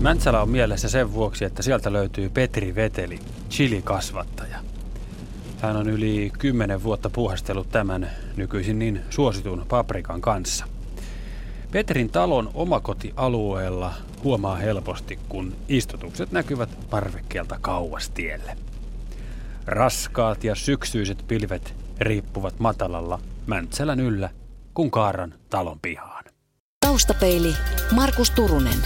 Mäntsälä on mielessä sen vuoksi, että sieltä löytyy Petri Veteli, chilikasvattaja. Hän on yli 10 vuotta puuhastellut tämän nykyisin niin suositun paprikan kanssa. Petrin talon omakotialueella huomaa helposti, kun istutukset näkyvät parvekkeelta kauas tielle. Raskaat ja syksyiset pilvet riippuvat matalalla Mäntsälän yllä, kun kaaran talon pihaan. Taustapeili Markus Turunen.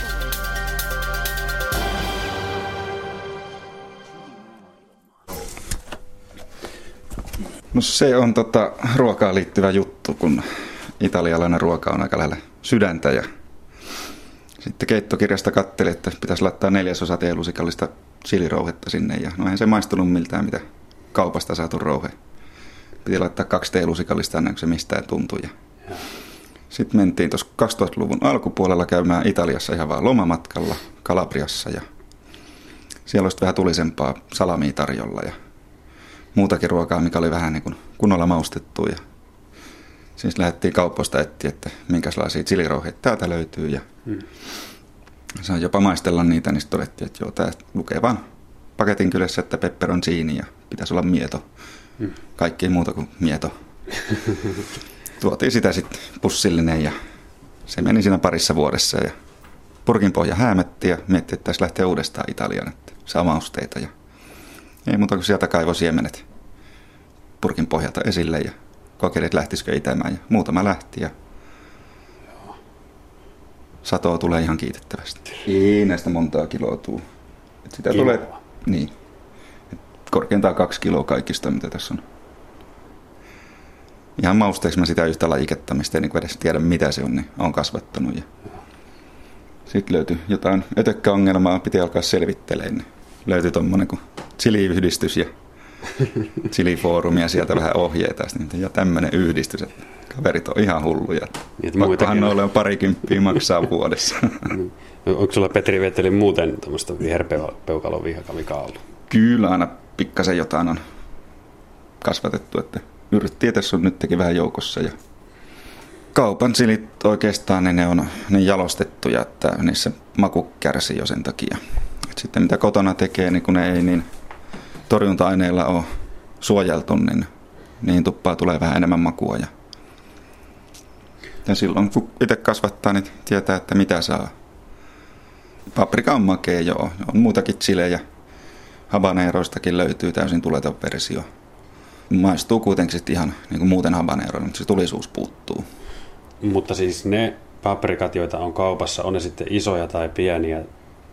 No se on ruokaan liittyvä juttu, kun italialainen ruoka on aika lähellä sydäntä. Ja sitten keittokirjasta katseli, että pitäisi laittaa 4/4 teelusikallista chilirouhetta sinne. Ja no eihän se maistunut miltään, mitä kaupasta saatu rouhe. Piti laittaa 2 teelusikallista ennen kuin se mistään tuntui. Sitten mentiin tuossa 2000-luvun alkupuolella käymään Italiassa ihan vaan lomamatkalla Kalabriassa. Ja siellä olisi vähän tulisempaa salamia tarjolla ja muutakin ruokaa, mikä oli vähän niin kuin kunnolla maustettu. Ja siis lähdettiin kauppoista etsiä, että minkälaisia chilirouheita täältä löytyy. Ja sain jopa maistella niitä, niin sitten todettiin, että joo, tämä lukee vaan paketin kyljessä, että pepperoncini ja pitäisi olla mieto. Kaikki muuta kuin mieto. Tuotiin sitä sitten pussillinen ja se meni siinä parissa vuodessa. Ja purkin pohja häämettiin ja miettii, että tässä lähtee uudestaan Italiaan, että saa mausteita. Ja ei muuta kuin sieltä kaivoi siemenet purkin pohjalta esille ja kokeili, että lähtisikö itämään. Ja muutama lähti ja satoa tulee ihan kiitettävästi. Ei näistä montaa kiloa tuu. Et sitä tulee, niin. Et korkeintaan 2 kiloa kaikista, mitä tässä on. Ihan mausteeksi mä sitä yhtä lajiketta, mistä ei niin edes tiedä mitä se on, niin olen kasvattanut. Ja sitten löytyi jotain ötökkäongelmaa, piti alkaa selvittelemään. Niin löytyi tommonen kuin chili-yhdistys ja chili-foorumi ja sieltä vähän ohjeita. Ja tämmöinen yhdistys, että kaverit on ihan hulluja. Pakkohan noille on 20 maksaa vuodessa. Onko sulla Petri Veteli muuten tuommoista viherpeukalon vihakamikaa ollut? Kyllä aina pikkasen jotain on kasvatettu, että yrttiä tässä on nytkin vähän joukossa. Ja kaupan chilit oikeastaan ne on niin jalostettuja, että niissä maku kärsii jo sen takia. Et sitten mitä kotona tekee, niin kun ne ei niin torjunta-aineilla ole suojeltu, niin niihin tuppaa tulee vähän enemmän makua. Ja silloin kun itse kasvattaa, niin tietää, että mitä saa. Paprika on makea, joo. On muutakin chilejä. Habaneroistakin löytyy täysin tuleton versio. Maistuu kuitenkin sitten ihan niin kuin muuten habaneroilla, mutta se tulisuus puuttuu. Mutta siis ne paprikat, joita on kaupassa, on ne sitten isoja tai pieniä,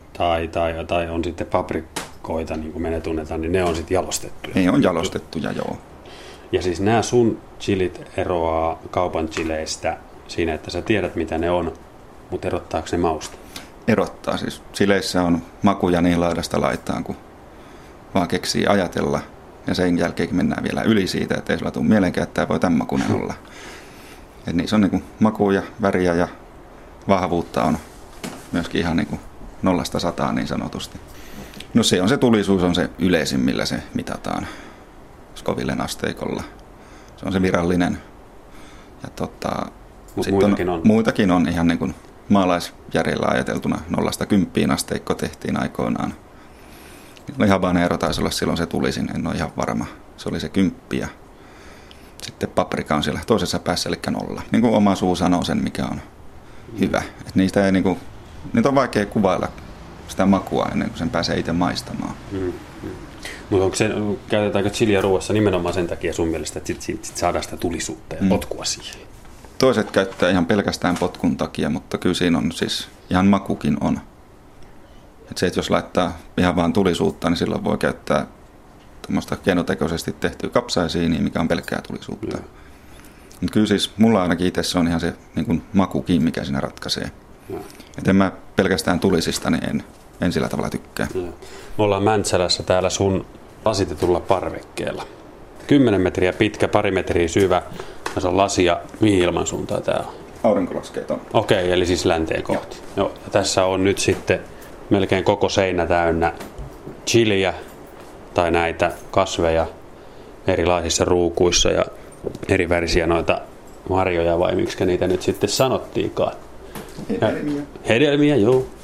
tai on sitten paprikoita, niin kuin me ne tunnetaan, niin ne on sitten jalostettuja. Ne on jalostettuja, joo. Ja siis nämä sun chilit eroaa kaupan chileistä siinä, että sä tiedät mitä ne on, mutta erottaako ne mausta? Erottaa. Siis chileissä on makuja niin laidasta laitaan, kun vaan keksii ajatella. Ja sen jälkeen mennään vielä yli siitä, että ei sulla tule mieleenkään, että tämä voi tämän makuinen olla. Et niissä on niinku makuja, väriä ja vahvuutta on myöskin ihan niinku 0–100 niin sanotusti. No se on se tulisuus, on se yleisin, millä se mitataan Scovillen asteikolla. Se on se virallinen. Ja muitakin on ihan niin kuin maalaisjärjellä ajateltuna 0–10 asteikko tehtiin aikoinaan. Habanero taisi olla silloin se tulisin, en ole ihan varma. Se oli se 10 ja sitten paprika on siellä toisessa päässä, eli 0. Niin kuin oma suu sanoo sen, mikä on hyvä. Et niitä on vaikea kuvailla sitä makua ennen kuin sen pääsee itse maistamaan. Mutta käytetäänkö chiliä ruoassa nimenomaan sen takia sun mielestä, että sit saadaan sitä tulisuutta ja potkua siihen? Toiset käyttää ihan pelkästään potkun takia, mutta kyllä siinä on siis ihan makukin on. Että jos laittaa ihan vaan tulisuutta, niin silloin voi käyttää tuommoista keinotekoisesti tehtyä kapsaisiiniä, mikä on pelkkää tulisuutta. Mutta kyllä siis mulla ainakin itse se on ihan se niin kuin makukin, mikä siinä ratkaisee. Että en mä pelkästään tulisista, niin en sillä tavalla tykkää. Me ollaan Mäntsälässä täällä sun lasitetulla parvekkeella. 10 metriä pitkä, 2 metriä syvä. Se on lasia. Mihin ilmansuuntaan tää on? Aurinkolaskeet on. Okei, eli siis länteen kohti. Joo. Ja tässä on nyt sitten melkein koko seinä täynnä chiliä tai näitä kasveja erilaisissa ruukuissa ja eri värisiä noita marjoja vai miksi niitä nyt sitten sanottiinkaan. Hedelmiä, joo.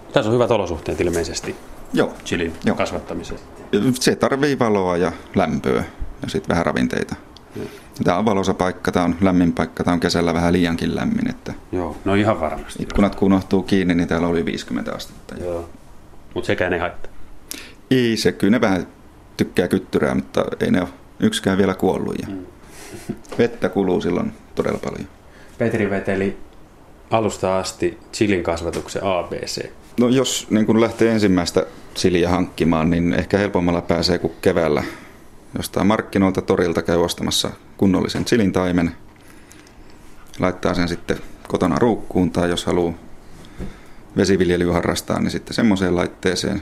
Tässä on hyvät olosuhteet ilmeisesti Joo. chilin kasvattamiseen. Se tarvii valoa ja lämpöä ja sitten vähän ravinteita. Tämä on valoisa paikka, tämä on lämmin paikka, tämä on kesällä vähän liiankin lämmin. Että Joo, no ihan varmasti. ikkunat kun unohtuu kiinni, niin täällä oli 50 astetta. Joo, mutta sekään ei haittaa. Ei se, kyllä ne vähän tykkää kyttyrää, mutta ei ne ole yksikään vielä kuollut. Ja vettä kuluu silloin todella paljon. Petri veteli alusta asti chilin kasvatuksen ABC. No jos niin kun lähtee ensimmäistä chiliä hankkimaan, niin ehkä helpommalla pääsee kuin keväällä. Jostain markkinoilta torilta käy ostamassa kunnollisen chilin taimen. Laittaa sen sitten kotona ruukkuun tai jos haluaa vesiviljelyä harrastaa, niin sitten semmoiseen laitteeseen.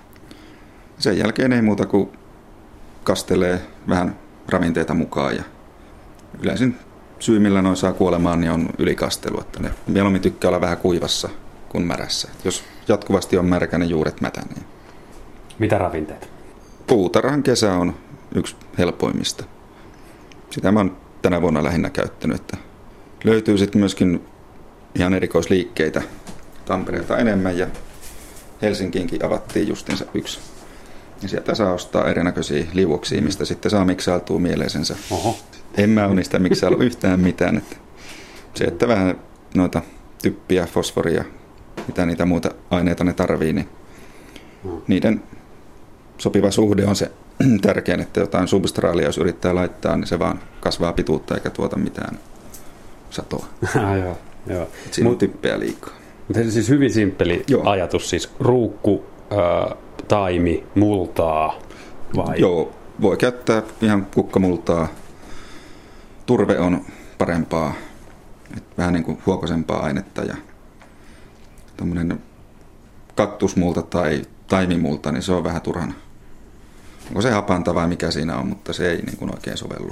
Sen jälkeen ei muuta kuin kastelee vähän ravinteita mukaan. Ja yleisin syy, millä noin saa kuolemaan, niin on ylikastelu. Että ne mieluummin tykkää olla vähän kuivassa kuin märässä. Jos jatkuvasti on märkä, niin juuret mätänee. Mitä ravinteita? Puutarhan kesä on yksi helpoimmista. Sitä mä oon tänä vuonna lähinnä käyttänyt. Että löytyy sitten myöskin ihan erikoisliikkeitä Tampereelta enemmän ja Helsinkiinkin avattiin justinsa yksi. Ja sieltä saa ostaa erinäköisiä liuoksia, mistä sitten saa miksailtua mieleisensä. Oho. En mä ole niistä miksailu yhtään mitään. Että se, että vähän noita typpiä, fosforia, mitä niitä muuta aineita ne tarvii, niin niiden sopiva suhde on se tärkein, että jotain substraalia, jos yrittää laittaa, niin se vaan kasvaa pituutta eikä tuota mitään satoa. Joo. Siinä on typpeä liikaa. Mutta siis hyvin simppeli ajatus, siis ruukku, taimi, multaa vai? Joo, voi käyttää ihan kukkamultaa. Turve on parempaa, vähän niin kuin huokosempaa ainetta ja tommoinen kaktusmulta tai taimimulta, niin se on vähän turhan. Onko se hapanta vai mikä siinä on, mutta se ei niin kuin oikein sovellu.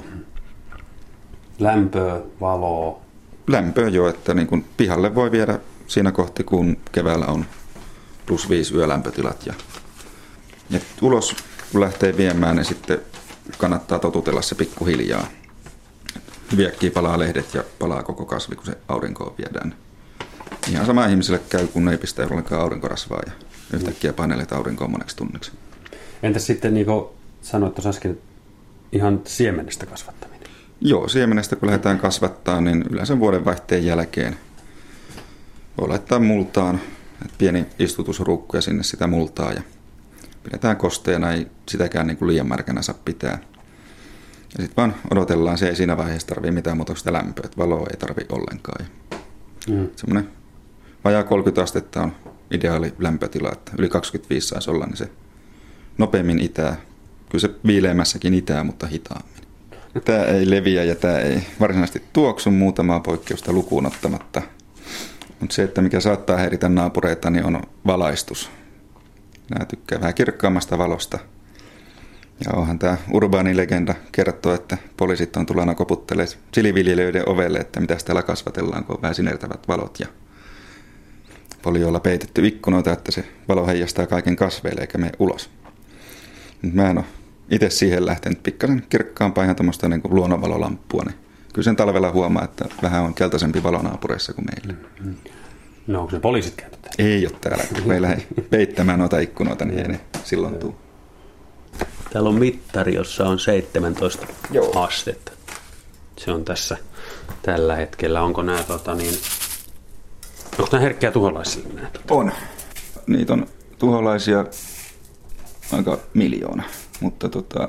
Lämpöä, valoa. Lämpöä jo, että niin kuin pihalle voi viedä siinä kohti, kun keväällä on +5 yölämpötilat. Ja ulos kun lähtee viemään, niin sitten kannattaa totutella se pikkuhiljaa. Hyvin äkkiä palaa lehdet ja palaa koko kasvi, kun se aurinkoon viedään. Ihan sama ihmiselle käy, kun ei pistä ollenkaan aurinkorasvaa ja yhtäkkiä painelet aurinkoon moneksi tunniksi. Entäs sitten, niin kuin sanoit tuossa äsken, ihan siemenestä kasvattaminen? Joo, siemenestä kun lähdetään kasvattaa, niin yleensä vuodenvaihteen jälkeen voi laittaa multaan, pieni istutusruukku ja sinne sitä multaa ja pidetään kosteena, ei sitäkään niin kuin liian märkänä saa pitää. Ja sitten vaan odotellaan, se ei siinä vaiheessa tarvitse mitään muuta kuin sitä lämpöä, että valoa ei tarvitse ollenkaan. Semmoinen vajaa 30 astetta on ideaali lämpötila, että yli 25 saisi olla, niin se nopeammin itää. Kyllä se viileämmässäkin itää, mutta hitaammin. Tämä ei leviä ja tämä ei varsinaisesti tuoksu muutamaa poikkeusta lukuun ottamatta. Mutta se, että mikä saattaa häiritä naapureita, niin on valaistus. Nämä tykkää vähän kirkkaammasta valosta. Ja onhan tämä urbaani legenda kertoo, että poliisit on tullut koputtelemaan chiliviljelijöiden ovelle, että mitä täällä kasvatellaan, kun on vähän sinertävät valot. Ja folioilla peitetty ikkunoita, että se valo heijastaa kaiken kasveille eikä mene ulos. Mä en ole itse siihen lähtenyt pikkasen kirkkaampaa ihan tuommoista niin kuin luonnonvalolamppua. Niin kyllä sen talvella huomaa, että vähän on keltaisempi valo naapureissa kuin meillä. No onko ne poliisit käynyt täällä? Ei ole täällä. Kun ei lähde peittämään noita ikkunoita, niin ei ne silloin tule. Täällä on mittari, jossa on 17 astetta. Se on tässä tällä hetkellä. Onko nämä, onko nämä herkkiä tuholaisille? On. Niitä on tuholaisia aika miljoona, mutta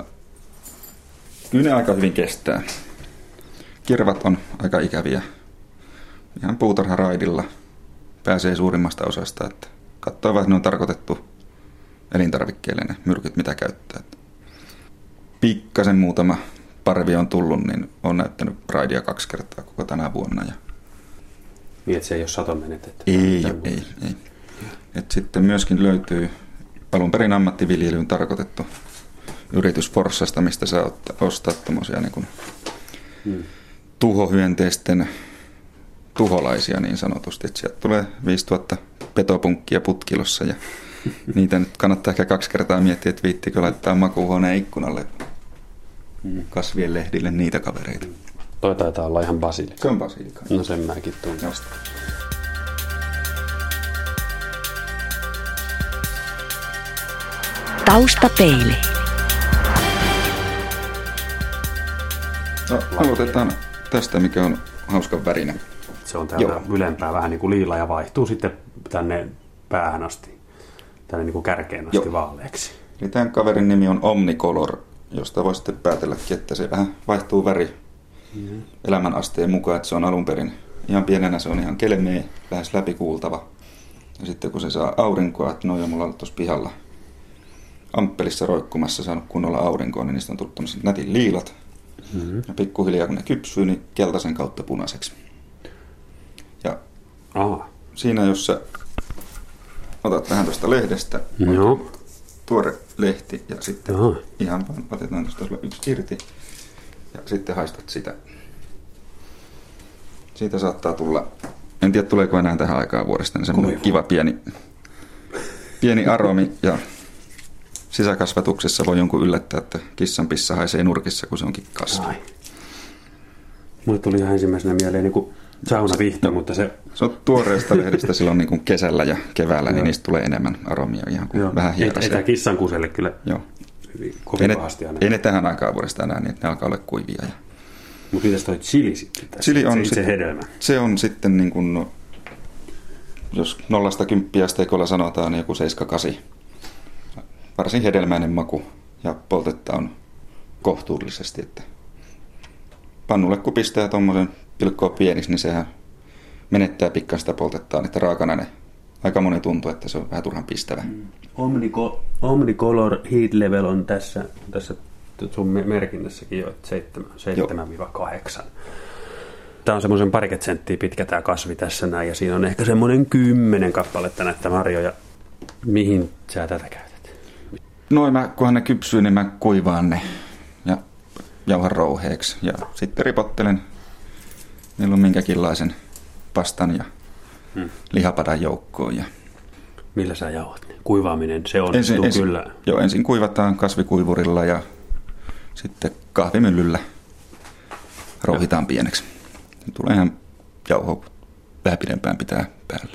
kyllä ne aika hyvin kestää. Kirvat on aika ikäviä. Ihan puutarharaidilla pääsee suurimmasta osasta, että katsoo vaan, että ne on tarkoitettu elintarvikkeille ne myrkyt, mitä käyttää. Pikkasen muutama parvi on tullut, niin on näyttänyt raidia 2 kertaa koko tänä vuonna. Ja niin, että se ei ole saton menetetty? Ei. Et sitten myöskin löytyy alun perin ammattiviljelyyn tarkoitettu yritys Forssasta, mistä saa ostaa tommosia niin kuin tuhohyönteisten tuholaisia niin sanotusti. Et sieltä tulee 5000 petopunkkia putkilossa ja niitä nyt kannattaa ehkä 2 kertaa miettiä, että viittikö laittaa makuuhuoneen ikkunalle kasvien lehdille niitä kavereita. Toi taitaa olla ihan basilika. Se on basilika. No sen mäkin tunnistan. Taustapeili. No, aloitetaan tästä, mikä on hauskan värinen. Se on täältä ylempää vähän niin kuin liila ja vaihtuu sitten tänne päähän asti, tänne niin kuin kärkeen asti vaaleaksi. Eli tämän kaverin nimi on Omnicolor, josta voi sitten päätelläkin, että se vähän vaihtuu väri elämän asteen mukaan, että se on alun perin ihan pienenä, se on ihan kelmeä, lähes läpikuultava. Ja sitten kun se saa aurinkoa, että no ja mulla on tuossa pihalla amppelissa roikkumassa saanut kunnolla aurinkoa, niin niistä on tullut tämmöiset nätin liilat. Ja pikkuhiljaa kun ne kypsyy, niin keltaisen kautta punaiseksi. Ja siinä jos sä otat vähän tuosta lehdestä, tuore lehti ja sitten ihan vaan otetaan tuosta yksi irti ja sitten haistat sitä. Siitä saattaa tulla, en tiedä tuleeko enää tähän aikaan vuodesta, niin semmoinen kiva pieni aromi ja sisäkasvatuksessa voi jonkun yllättää, että kissan pissa haisee nurkissa, kun se onkin kasvi. Mulle tuli ihan ensimmäisenä mieleen niin kuin saunavihto, mutta se on tuoreesta lehdestä silloin niin kuin kesällä ja keväällä, niin niistä tulee enemmän aromia ihan kuin vähän hierasee. Ei tämä kissan kuselle kyllä kovin pahasti aina. Ei ne tähän aikaan vuodesta enää, niin ne alkaa olla kuivia. Mutta mitäs toi chili sitten tässä? Chili on se hedelmä. Se on sitten niin kuin, jos 0-10 asteikolla sanotaan, niin joku 7-8. Varsin hedelmäinen maku ja poltetta on kohtuullisesti. Että pannulle kun pistää tuommoisen pilkkoa pieniksi, niin sehän menettää pikkaan sitä poltettaan, että raakana ne aika moni tuntuu, että se on vähän turhan pistävä. Omnicolor heat level on tässä sun merkinnässäkin jo 7-8. Tämä on semmoisen parikymmentä senttiä pitkä tämä kasvi tässä näin, ja siinä on ehkä semmoinen 10 kappaletta näitä marjoja. Mihin sä tätä käytät? No kunhan ne kypsyy, niin mä kuivaan ne ja jauhan rouheeksi. Ja sitten ripottelen milloin minkäkinlaisen pastan ja lihapadan joukkoon. Ja millä sä jauhat? Kuivaaminen, se onnistuu kyllä. Joo, ensin kuivataan kasvikuivurilla ja sitten kahvimyllyllä rouhitaan pieneksi. Tulee ihan jauho vähän pidempään pitää päällä.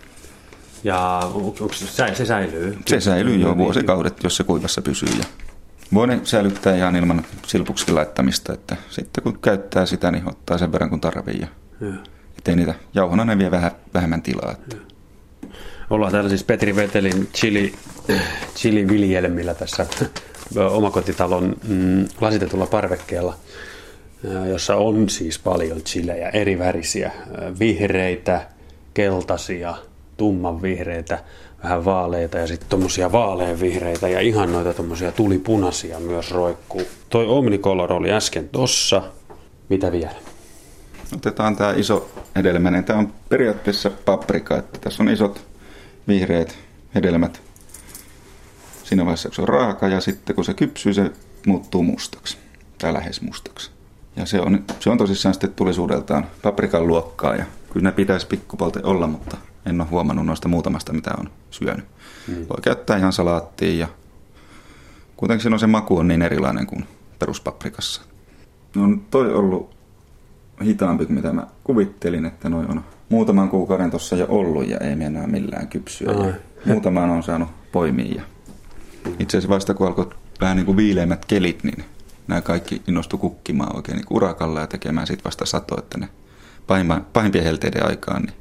Ja se säilyy? Se säilyy jo vuosikaudet, jos se kuivassa pysyy. Ja voi ne säilyttää ihan ilman silpuksikin laittamista, että sitten kun käyttää sitä, niin ottaa sen verran kuin tarvii. Ettei niitä jauhona ne vie vähemmän tilaa. Ollaan täällä siis Petri Vetelin chili-viljelmillä tässä omakotitalon lasitetulla parvekkeella, jossa on siis paljon chilejä, eri värisiä, vihreitä, keltaisia, tummanvihreitä, vähän vaaleita ja sitten tommosia vaaleanvihreitä ja ihan noita tommosia tulipunaisia myös roikkuu. Toi Omnicolor oli äsken tossa. Mitä vielä? Otetaan tää iso hedelmäinen. Tää on periaatteessa paprika, että tässä on isot vihreät hedelmät. Siinä vaiheessa kun se on raaka ja sitten kun se kypsyy, se muuttuu mustaksi. Tai lähes mustaksi. Ja se on tosissaan sitten tulisuudeltaan paprikan luokkaa ja kyllä ne pitäisi pikkupolte olla, mutta en ole huomannut noista muutamasta, mitä on syönyt. Voi käyttää ihan salaattiin ja kuitenkin se maku on niin erilainen kuin peruspaprikassa. No toi ollut hitaampi kuin mitä mä kuvittelin, että noi on muutaman kuukauden tuossa jo ollut ja ei mennä millään kypsyä. Muutamaan on saanut poimia. Ja itse asiassa vasta kun alkoi vähän niin kuin viileimmät kelit, niin nämä kaikki innostui kukkimaan oikein niin urakalla ja tekemään sit vasta sato, että ne pahimpien helteiden aikaan niin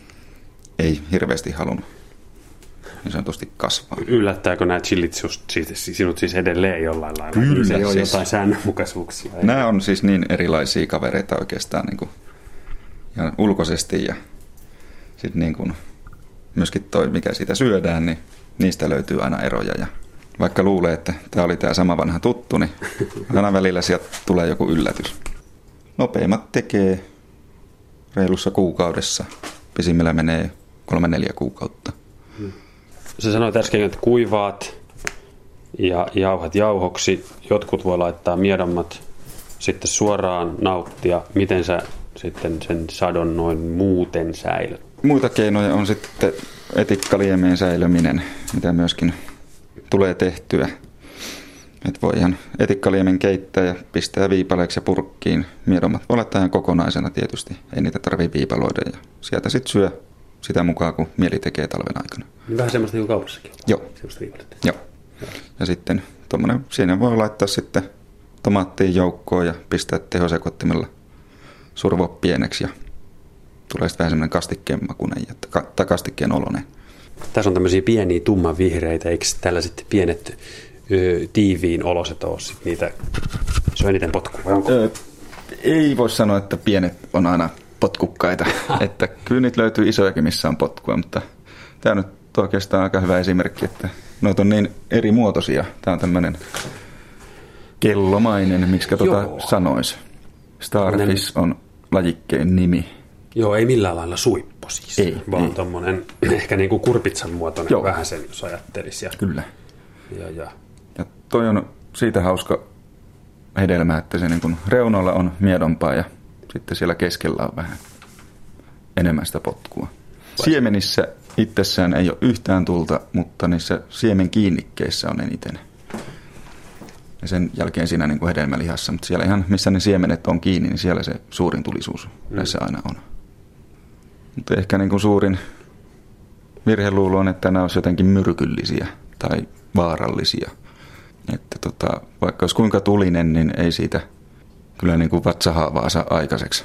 ei hirveästi halunnut niin sanotusti kasvaa. Yllättääkö nämä chilit sinut siis edelleen jollain lailla? Kyllä. Se on jotain säännönmukaisuuksia. Nämä on siis niin erilaisia kavereita oikeastaan niin kuin ihan ulkoisesti ja sitten niin kuin myöskin toi, mikä siitä syödään, niin niistä löytyy aina eroja. Ja vaikka luulee, että tämä oli tämä sama vanha tuttu, niin aina välillä sieltä tulee joku yllätys. Nopeimmat tekee reilussa kuukaudessa. Pisimmillä menee 3-4 kuukautta. Sä sanoit äsken, että kuivaat ja jauhat jauhoksi. Jotkut voi laittaa miedommat sitten suoraan nauttia. Miten sä sitten sen sadon noin muuten säilyt? Muita keinoja on sitten etikkaliemeen säilyminen, mitä myöskin tulee tehtyä. Et voi ihan etikkaliemen keittää ja pistää viipaleeksi ja purkkiin. Miedommat voi laittaa ihan kokonaisena tietysti. Ei niitä tarvitse viipaloida ja sieltä sitten syö sitä mukaan, kun mieli tekee talven aikana. Vähän semmoista niin kuin kaupassakin. Joo. Semmoista viipaletta. Joo. Ja sitten siinä voi laittaa sitten tomaattiin joukkoon ja pistää tehosekoittimella survoa pieneksi ja tulee sitten vähän semmoinen kastikkeen makuinen tai kastikkeen oloinen. Tässä on tämmöisiä pieniä tummanvihreitä, eikö tällaiset pienet tiiviin oloset ole sit niitä, se on eniten potkua vai onko? Ei voi sanoa, että pienet on aina potkukkaita, että kyllä niitä löytyy isojakin, missä on potkua, mutta tämä on nyt oikeastaan aika hyvä esimerkki, että noita on niin eri muotoisia. Tämä on tämmöinen kellomainen, miksi sanoisi. Starfish on lajikkeen nimi. Joo, ei millään lailla suippo siis, ei, vaan tommonen ehkä niin kuin kurpitsan muotoinen vähän sen, jos ajattelisi. Kyllä. Ja toi on siitä hauska hedelmä, että se niin kuin reunoilla on miedompaa ja sitten siellä keskellä on vähän enemmän sitä potkua. Siemenissä itsessään ei ole yhtään tulta, mutta niissä siemen kiinnikkeissä on eniten. Ja sen jälkeen siinä niin kuin hedelmälihassa, mutta siellä ihan missä ne siemenet on kiinni, niin siellä se suurin tulisuus näissä aina on. Mutta ehkä niin kuin suurin virheluulo on, että nämä olisivat jotenkin myrkyllisiä tai vaarallisia. Että vaikka olisi kuinka tulinen, niin ei siitä kyllä niin kuin vatsahaavaa saa aikaiseksi.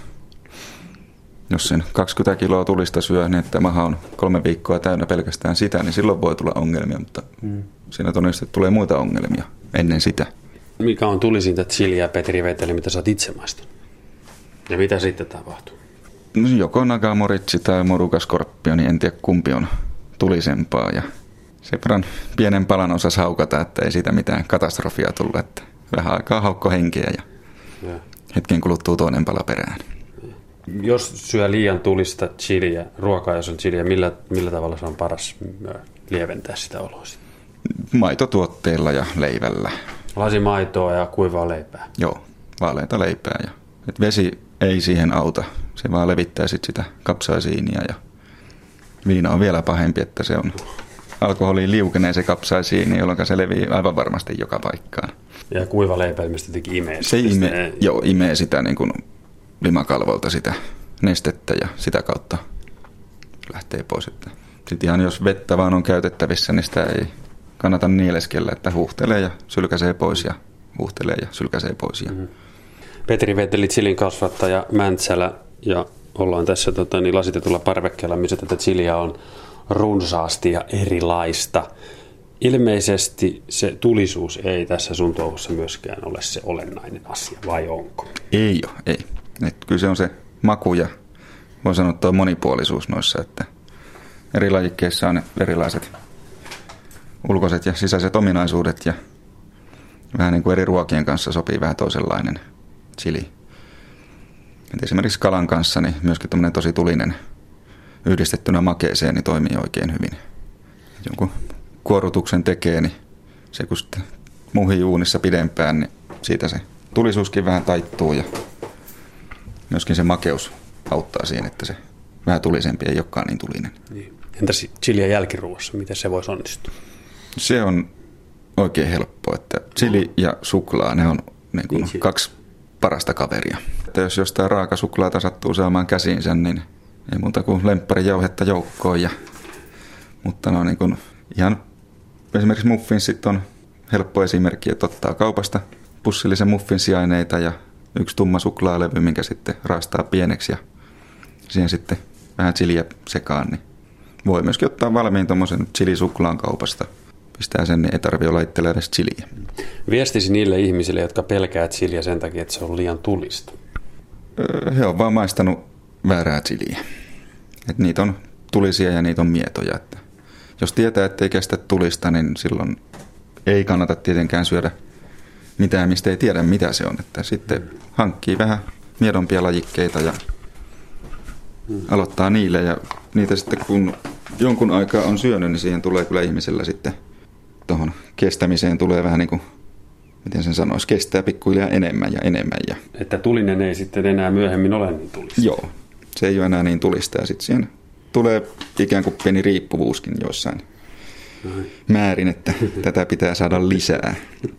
Jos sen 20 kiloa tulista syö, niin että maha on 3 viikkoa täynnä pelkästään sitä, niin silloin voi tulla ongelmia, mutta siinä todennäköisesti tulee muita ongelmia ennen sitä. Mikä on tulisinta chiliä, Petri Veteli, mitä sä oot itse maistanut? Ja mitä sitten tapahtuu? No, joko nagamoritsi tai morukaskorppio, niin en tiedä kumpi on tulisempaa. Ja sen verran pienen palan osasi haukata, että ei siitä mitään katastrofia tullut. Että vähän aikaa haukko henkeä ja hetken kuluttuu toinen pala perään. Jos syö liian tulista chiliä, ruokaa jos on chiliä, millä tavalla se on paras lieventää sitä oloa? Maitotuotteilla ja leivällä. Lasi maitoa ja kuivaa leipää. Joo, vaaleita leipää. Ja, vesi ei siihen auta, se vaan levittää sitä kapsaisiinia ja viina on vielä pahempi, että se on alkoholiin liukenee se kapsaisiini, jolloin se levii aivan varmasti joka paikkaan. Ja kuiva leipä ilmeisesti jotenkin imee. Se imee sitä niin kuin limakalvolta sitä nestettä ja sitä kautta lähtee pois. Sitten ihan jos vettä vaan on käytettävissä, niin sitä ei kannata nieleskellä, että huuhtelee ja sylkäsee pois ja huuhtelee ja sylkäsee pois. Petri Veteli, chilin kasvattaja Mäntsälä, ja ollaan tässä lasitetulla parvekkeella, missä tätä chiliä on runsaasti ja erilaista. Ilmeisesti se tulisuus ei tässä sun touhussa myöskään ole se olennainen asia, vai onko? Ei ole, ei. Kyllä se on se maku ja voi sanoa tuo monipuolisuus noissa, että eri lajikkeissa on erilaiset ulkoiset ja sisäiset ominaisuudet ja vähän niin kuin eri ruokien kanssa sopii vähän toisenlainen chili. Et esimerkiksi kalan kanssa niin myöskin tämmöinen tosi tulinen yhdistettynä makeeseen niin toimii oikein hyvin. Jonkun kuorutuksen tekee, niin se kun sitten muhii uunissa pidempään, niin siitä se tulisuuskin vähän taittuu ja myöskin se makeus auttaa siihen, että se vähän tulisempi ei olekaan niin tulinen. Niin. Entäs chiliä jälkiruuassa, miten se voisi onnistua? Se on oikein helppoa, että chili ja suklaa, ne on niin kuin kaksi parasta kaveria. Että jos jostain raakasuklaata sattuu saamaan käsiinsä, niin ei muuta kuin lempparijauhetta joukkoon. Mutta no niin kuin ihan esimerkiksi muffinsit on helppo esimerkki, että ottaa kaupasta pussillisen muffinsiaineita ja yksi tumma suklaalevy, minkä sitten raastaa pieneksi ja siihen sitten vähän chiliä sekaan, niin voi myöskin ottaa valmiin tuommoisen chilisuklaan kaupasta. Pistää sen, niin ei tarvitse laittella edes chiliä. Viestisi niille ihmisille, jotka pelkää chiliä sen takia, että se on liian tulista. He on vaan maistanut väärää chiliä. Et niitä on tulisia ja niitä on mietoja. Että jos tietää, ettei kestä tulista, niin silloin ei kannata tietenkään syödä mitään, mistä ei tiedä, mitä se on. Että sitten hankkii vähän miedompia lajikkeita ja aloittaa niille. Ja niitä sitten kun jonkun aikaa on syönyt, niin siihen tulee kyllä ihmisellä sitten tuohon kestämiseen tulee vähän niin kuin, miten sen sanoisi, kestää pikkuhiljaa enemmän ja enemmän. Että tulinen ei sitten enää myöhemmin ole niin tulista. Joo, se ei ole enää niin tulista ja sitten siihen tulee ikään kuin pieni riippuvuuskin jossain määrin, että tätä pitää saada lisää.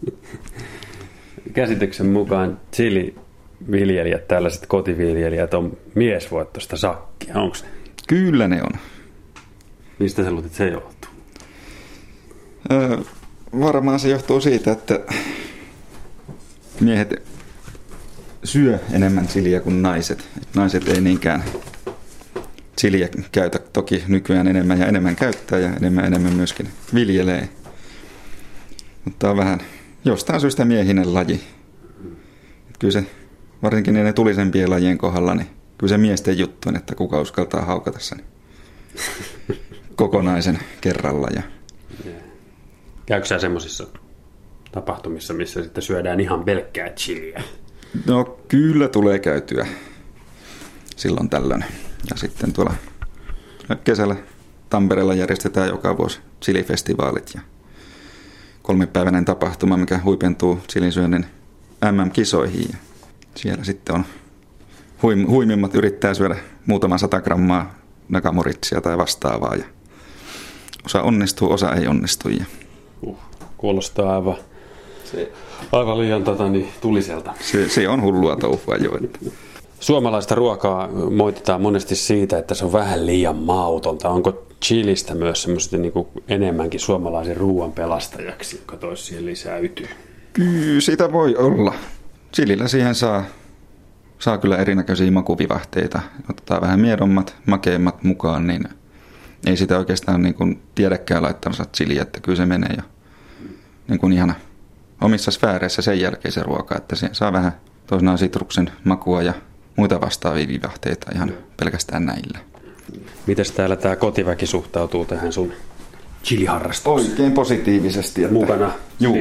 Käsityksen mukaan chiliviljelijät, tällaiset kotiviljelijät on miesvoittoista sakkia, onko ne? Kyllä ne on. Mistä sä luulet, että se johtuu? varmaan se johtuu siitä, että miehet syö enemmän chiliä kuin naiset. Naiset ei niinkään chiliä käytä, toki nykyään enemmän ja enemmän käyttää ja enemmän myöskin viljelee. Mutta on vähän jostain syystä miehinen laji. Kyllä se, varsinkin ne tulisempien lajien kohdalla, niin kyllä se miesten juttu on, että kuka uskaltaa haukata sen kokonaisen kerralla. Käykö sä semmoisissa tapahtumissa, missä sitten syödään ihan pelkkää chiliä? No kyllä tulee käytyä silloin tällöin. Ja sitten tuolla kesällä Tampereella järjestetään joka vuosi chilifestivaalit ja 3-päiväinen tapahtuma, mikä huipentuu chilinsyönnin MM-kisoihin. Ja siellä sitten on huimimmat yrittää syödä muutaman 100 grammaa nakamoritsia tai vastaavaa. Ja osa onnistuu, osa ei onnistu. Kuulostaa aivan liian tuliselta. Se on hullua touhua jo. Suomalaista ruokaa moititaan monesti siitä, että se on vähän liian mautonta. Onko chilistä myös semmoista niin kuin enemmänkin suomalaisen ruoan pelastajaksi, joka toisi siihen lisää ytyä? Kyllä sitä voi olla. Chilillä siihen saa kyllä erinäköisiä makuvivahteita. Otetaan vähän miedommat, makeimmat mukaan, niin ei sitä oikeastaan niin kuin tiedäkään laittansa chiliä, että kyllä se menee jo niin kuin ihan omissa sfääreissä sen jälkeen se ruoka, että siihen saa vähän toisinaan sitruksen makua ja muita vastaavia vivahteita ihan pelkästään näillä. Mites täällä tämä kotiväki suhtautuu tähän sun chiliharrastukseen? Oikein positiivisesti. Että mukana? Joo.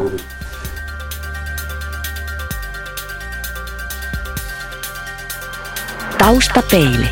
Taustapeili.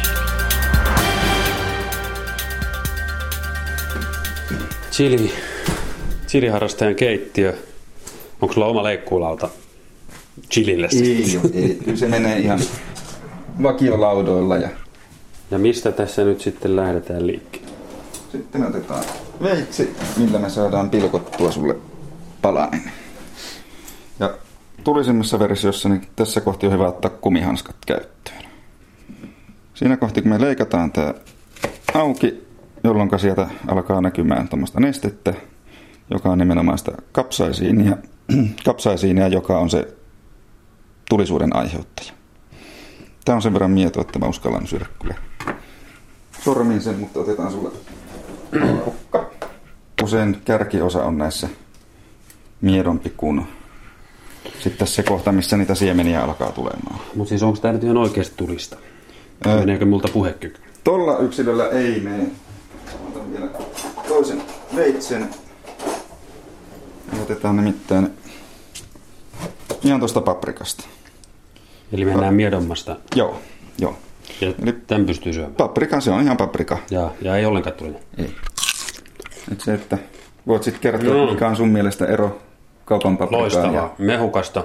Chiliharrastajan keittiö. Onko sulla oma leikkuulauta chilille? Ei. Kyllä se menee ihan vakiolaudoilla. Ja mistä tässä nyt sitten lähdetään liikkeelle? Sitten otetaan veitsi, millä me saadaan pilkottua sulle palanen. Ja tulisemmassa versiossa, niin tässä kohti on hyvä ottaa kumihanskat käyttöön. Siinä kohti, kun me leikataan tää auki, jolloin sieltä alkaa näkymään tuommoista nestettä, joka on nimenomaan sitä kapsaisiinia, joka on se tulisuuden aiheuttaja. Tää on sen verran mieto, että mä uskallan syödä kyllä sormiin sen, mutta otetaan sulle pilkukka. Usein kärkiosa on näissä miedompi kuin sitten se kohta, missä niitä siemeniä alkaa tulemaan. Mutta siis onko tää nyt ihan oikeasti tulista? Meneekö multa puhekyky? Tolla yksilöllä ei mene. Otan vielä toisen veitsen. Otetaan nimittäin ihan tuosta paprikasta. Eli mennään miedommasta. Joo. Ja eli tämän pystyy syömään. Paprika, se on ihan paprika. Ja ei ollenkaan tulinen. Ei. Et se, että voit sitten kertoa, mikä on sun mielestä ero kaupan paprikaan. Loistavaa. Mehukasta.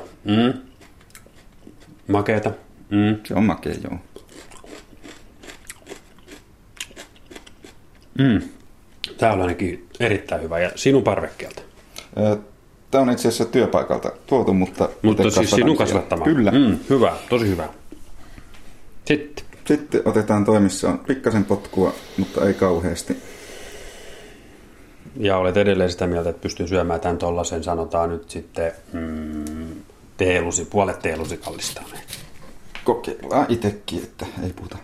Makeeta. Se on makea, joo. Tää on ainakin erittäin hyvä. Ja sinun parvekkeelta? Tää on itse asiassa työpaikalta tuotu, mutta siis sinun kasvattama. Kyllä. Hyvä, tosi hyvä. Sitten otetaan missä on pikkasen potkua, mutta ei kauheasti. Ja olet edelleen sitä mieltä, että pystyy syömään tämän tollasen, sanotaan nyt sitten puolet teelusikallista. Kokeillaan itsekin, että ei puhuta.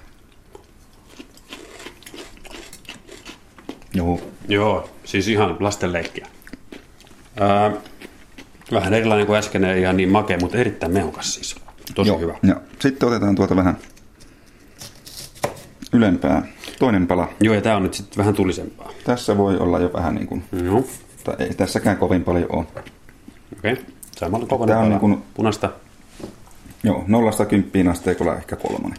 Joo, siis ihan lastenleikkiä. Vähän erilainen kuin äsken, ei ihan niin makea, mutta erittäin mehukas siis. Tosi hyvä. Ja sitten otetaan tuolta vähän ylempää toinen pala. Joo, ja tää on nyt sitten vähän tulisempaa. Tässä voi olla jo vähän niin kuin, tai ei tässäkään kovin paljon ole. Okei, samalla kokoinen pala. Niin kuin, punaista. Joo, 0-10 asteikolla ehkä 3.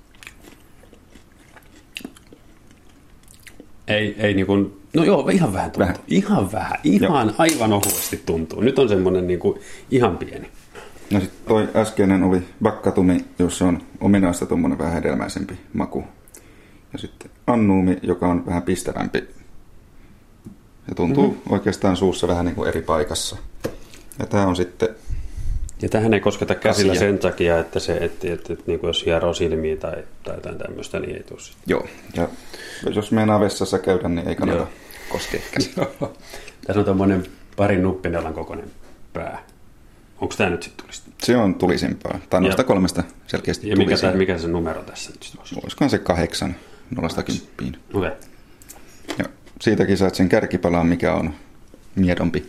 Ei niin kuin, no joo, ihan vähän tuntuu. Ihan aivan ohuesti tuntuu. Nyt on semmoinen niin kuin ihan pieni. No sitten toi äskeinen oli bakkatumi, jossa on ominaista tuommoinen vähän hedelmäisempi maku. Ja sitten annuumi, joka on vähän pistävämpi. Ja tuntuu oikeastaan suussa vähän niin kuin eri paikassa. Ja tää on sitten... Ja tähän ei kosketa käsillä sen takia, että niin kuin jos hieroo silmiä tai jotain tämmöistä, niin ei tule sitten. Joo, ja jos meinaa vessassa käydä, niin ei kannata koskea käsillä. Tässä on tommoinen parin nuppineulan kokoinen pää. Onko tämä nyt sitten tulista? Se on tulisimpaa. Tai noista 3 selkeästi ja tulisin. mikä se numero tässä nyt sitten olisi? Olisikohan se 8, 0-10. Okay. Ja siitäkin saat sen kärkipalaan, mikä on miedompi.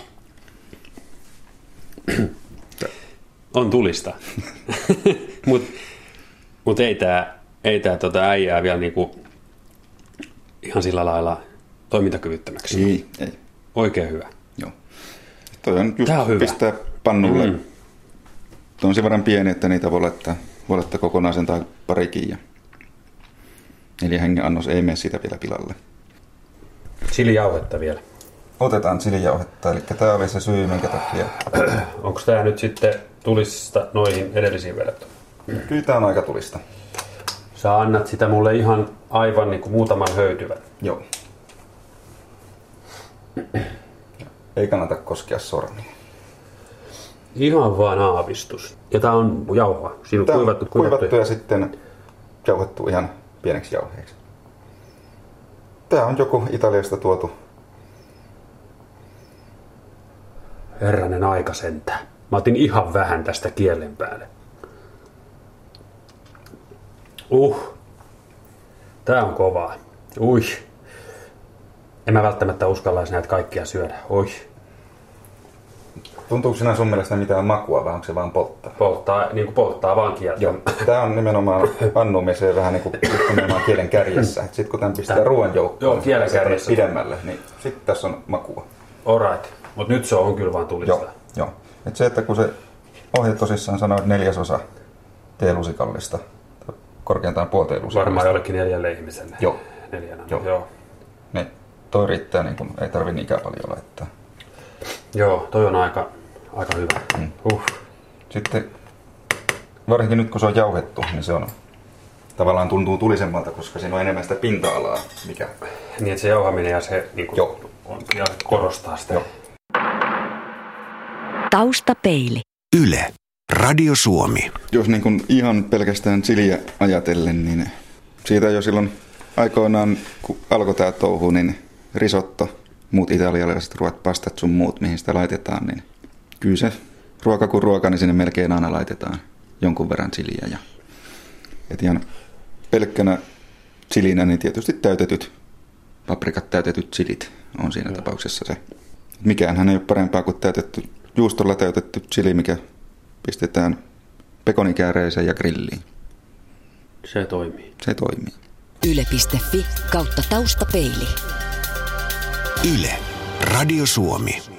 On tulista. Mut ei tää äijää vielä niinku ihan sillä lailla toimintakyvyttömäksi. Ei. Oikein hyvä. Joo. Toi on just Tää on hyvä. Pistää pannulle. Tuo on sen verran pieni, että niitä voi laittaa kokonaisen tai parikin. Ja 4 hengen annos ei mene siitä vielä pilalle. Chilijauhetta vielä. Otetaan chilijauhetta, eli tämä oli se syy, minkä takia. Onko tää nyt sitten tulista noihin edellisiin verrattuna? Kyllä tämä on aika tulista. Sä annat sitä mulle ihan aivan niin kuin muutaman höytyvän. Joo. Ei kannata koskea sormia. Ihan vaan aavistus. Ja tää on jauhoa. Siinä on kuivattu ja sitten jauhettu ihan pieneksi jauheeksi. Tää on joku Italiasta tuotu. Herranen aika sentään. Mä otin ihan vähän tästä kielen päälle. Tää on kovaa. Ui. En mä välttämättä uskallaisi näitä kaikkia syödä. Ui. Tuntuuko sinä sun mielestä mitään makua vai onko se vaan polttaa? Polttaa vaan kieltä. Joo. Tää on nimenomaan annumiseen vähän niin kuin nimenomaan kielen kärjessä. Sitten kun tämän pistää ruoan joukkoon, joo, kielen kärjessä pidemmälle, niin sitten tässä on makua. Alright. Mut nyt se on kyllä vaan tulista. Joo. Et se, että kun se ohje tosissaan sanoo 1/4 teelusikallista, korkeintaan puoli teelusikallista. Varmaan jollekin 4 ihmiselle. Joo. 4. Joo. Niin toi riittää, niin kun ei tarvi niinkään paljon laittaa. Joo, toi on aika hyvä. Sitten varsinkin nyt kun se on jauhettu, niin se on tavallaan tuntuu tulisemmalta, koska siinä on enemmän sitä pinta-alaa. Mikä... Niin, että se jauhaminen ja se niin kuin, ja korostaa sitä. Joo. Taustapeili. Yle. Radio Suomi. Jos niin kuin ihan pelkästään chiliä ajatellen, niin siitä jo silloin aikoinaan, kun alkoi tämä touhu, niin risotto, muut italialaiset ruoat, pastat sun muut, mihin sitä laitetaan, niin kyllä se ruoka kuin ruoka, niin sinne melkein aina laitetaan jonkun verran chiliä. Ja et ihan pelkkänä chilinä, niin tietysti täytetyt paprikat, täytetyt chilit on siinä tapauksessa se. Mikäänhän ei ole parempaa kuin juustolla täytetty chili, mikä pistetään pekonikääreeseen ja grilliin. Se toimii. Se toimii. Yle.fi/taustapeili. Yle. Radio Suomi.